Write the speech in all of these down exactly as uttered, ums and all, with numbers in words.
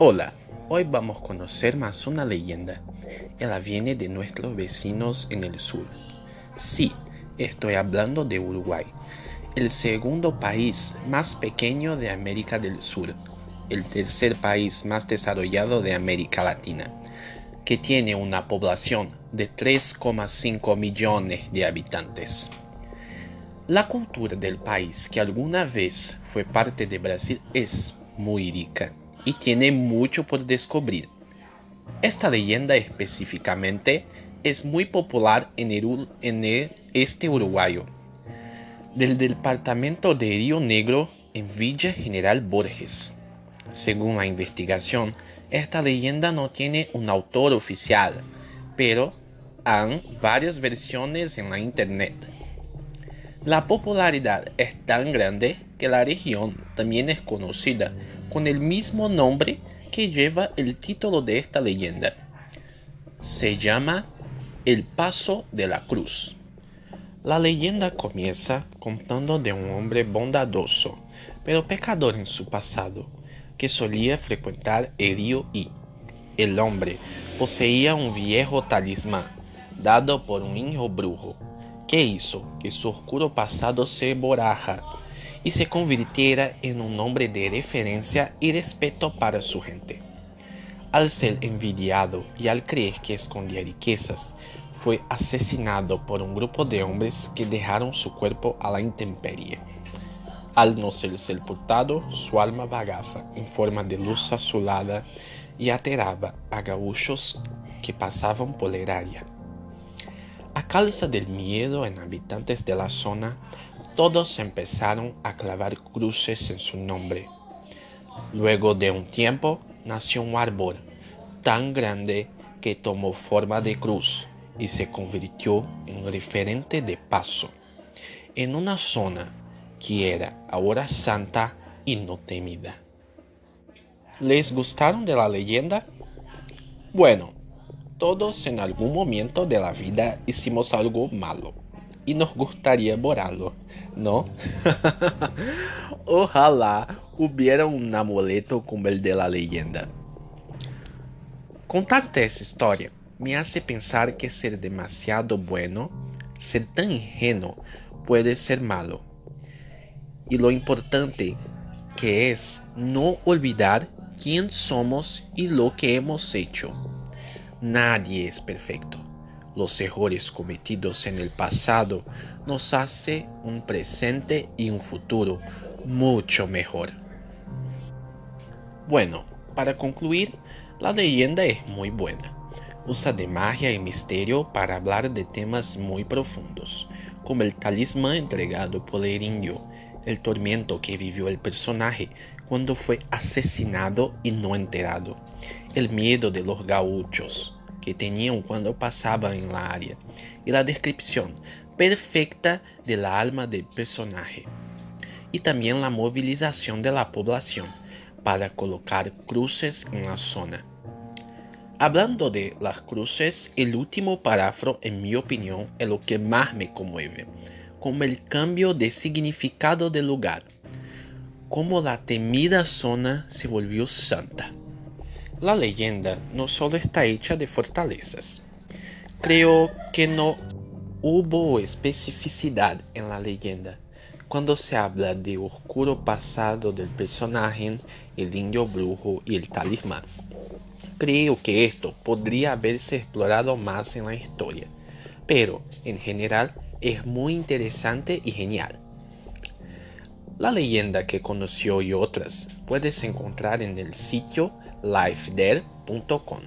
Hola, hoy vamos a conocer más una leyenda. Ella viene de nuestros vecinos en el sur. Sí, estoy hablando de Uruguay, el segundo país más pequeño de América del Sur, el tercer país más desarrollado de América Latina, que tiene una población de tres coma cinco millones de habitantes. La cultura del país, que alguna vez fue parte de Brasil, es muy rica y tiene mucho por descubrir. Esta leyenda específicamente es muy popular en el, en el este uruguayo, del departamento de Río Negro en Villa General Borges. Según la investigación, esta leyenda no tiene un autor oficial, pero hay varias versiones en la internet. La popularidad es tan grande que la región también es conocida con el mismo nombre que lleva el título de esta leyenda. Se llama El Paso de la Cruz. La leyenda comienza contando de un hombre bondadoso, pero pecador en su pasado, que solía frecuentar el río I. El hombre poseía un viejo talismán, dado por un hijo brujo, que hizo que su oscuro pasado se borrara y se convirtiera en un hombre de referencia y respeto para su gente. Al ser envidiado y al creer que escondía riquezas, fue asesinado por un grupo de hombres que dejaron su cuerpo a la intemperie. Al no ser sepultado, su alma vagaba en forma de luz azulada y aterraba a gaúchos que pasaban por el área. A causa del miedo en habitantes de la zona, todos empezaron a clavar cruces en su nombre. Luego de un tiempo, nació un árbol tan grande que tomó forma de cruz y se convirtió en referente de paso, en una zona que era ahora santa y no temida. ¿Les gustaron de la leyenda? Bueno, todos en algún momento de la vida hicimos algo malo y nos gustaría borrarlo, ¿no? Ojalá hubiera un amuleto como el de la leyenda. Contarte esa historia me hace pensar que ser demasiado bueno, ser tan ingenuo, puede ser malo. Y lo importante que es no olvidar quién somos y lo que hemos hecho. Nadie es perfecto. Los errores cometidos en el pasado nos hacen un presente y un futuro mucho mejor. Bueno, para concluir, la leyenda es muy buena. Usa de magia y misterio para hablar de temas muy profundos, como el talismán entregado por el indio, el tormento que vivió el personaje cuando fue asesinado y no enterrado, el miedo de los gauchos que tenían cuando pasaban en la área, y la descripción perfecta de la alma del personaje, y también la movilización de la población para colocar cruces en la zona. Hablando de las cruces, el último párrafo, en mi opinión, es lo que más me conmueve, como el cambio de significado del lugar, como la temida zona se volvió santa. La leyenda no solo está hecha de fortalezas. Creo que no hubo especificidad en la leyenda. Cuando se habla de oscuro pasado del personaje, el indio brujo y el talismán. Creo que esto podría haberse explorado más en la historia, pero en general es muy interesante y genial. La leyenda que conoció y otras puedes encontrar en el sitio lifedare punto com.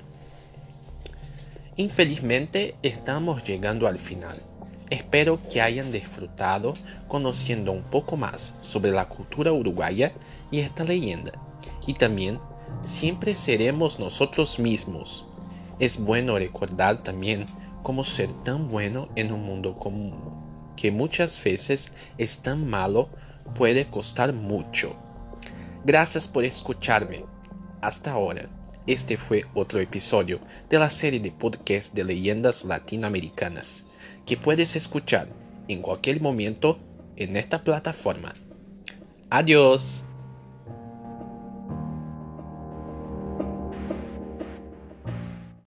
Infelizmente estamos llegando al final. Espero que hayan disfrutado conociendo un poco más sobre la cultura uruguaya y esta leyenda. Y también, siempre seremos nosotros mismos. Es bueno recordar también cómo ser tan bueno en un mundo común, que muchas veces es tan malo, puede costar mucho. Gracias por escucharme. Hasta ahora. Este fue otro episodio de la serie de podcast de leyendas latinoamericanas, que puedes escuchar en cualquier momento en esta plataforma. Adiós.